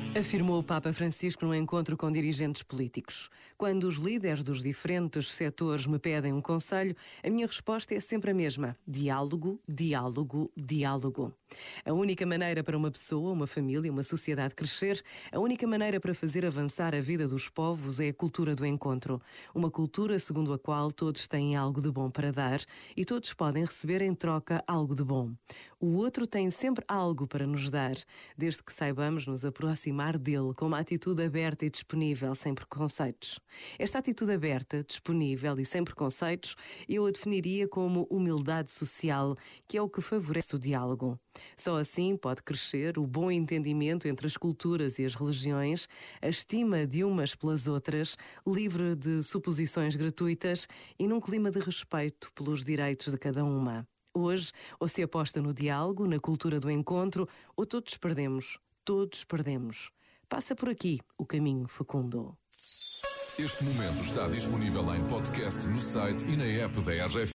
Afirmou o Papa Francisco num encontro com dirigentes políticos. Quando os líderes dos diferentes setores me pedem um conselho, a minha resposta é sempre a mesma: diálogo, diálogo, diálogo. A única maneira para uma pessoa, uma família, uma sociedade crescer, a única maneira para fazer avançar a vida dos povos é a cultura do encontro. Uma cultura segundo a qual todos têm algo de bom para dar e todos podem receber em troca algo de bom. O outro tem sempre algo para nos dar, desde que saibamos nos aproximar dele com uma atitude aberta e disponível, sem preconceitos. Esta atitude aberta, disponível e sem preconceitos, eu a definiria como humildade social, que é o que favorece o diálogo. Só assim pode crescer o bom entendimento entre as culturas e as religiões, a estima de umas pelas outras, livre de suposições gratuitas e num clima de respeito pelos direitos de cada uma. Hoje, ou se aposta no diálogo, na cultura do encontro, ou todos perdemos. Todos perdemos. Passa por aqui o caminho fecundo. Este momento está disponível em podcast no site e na app da RGF.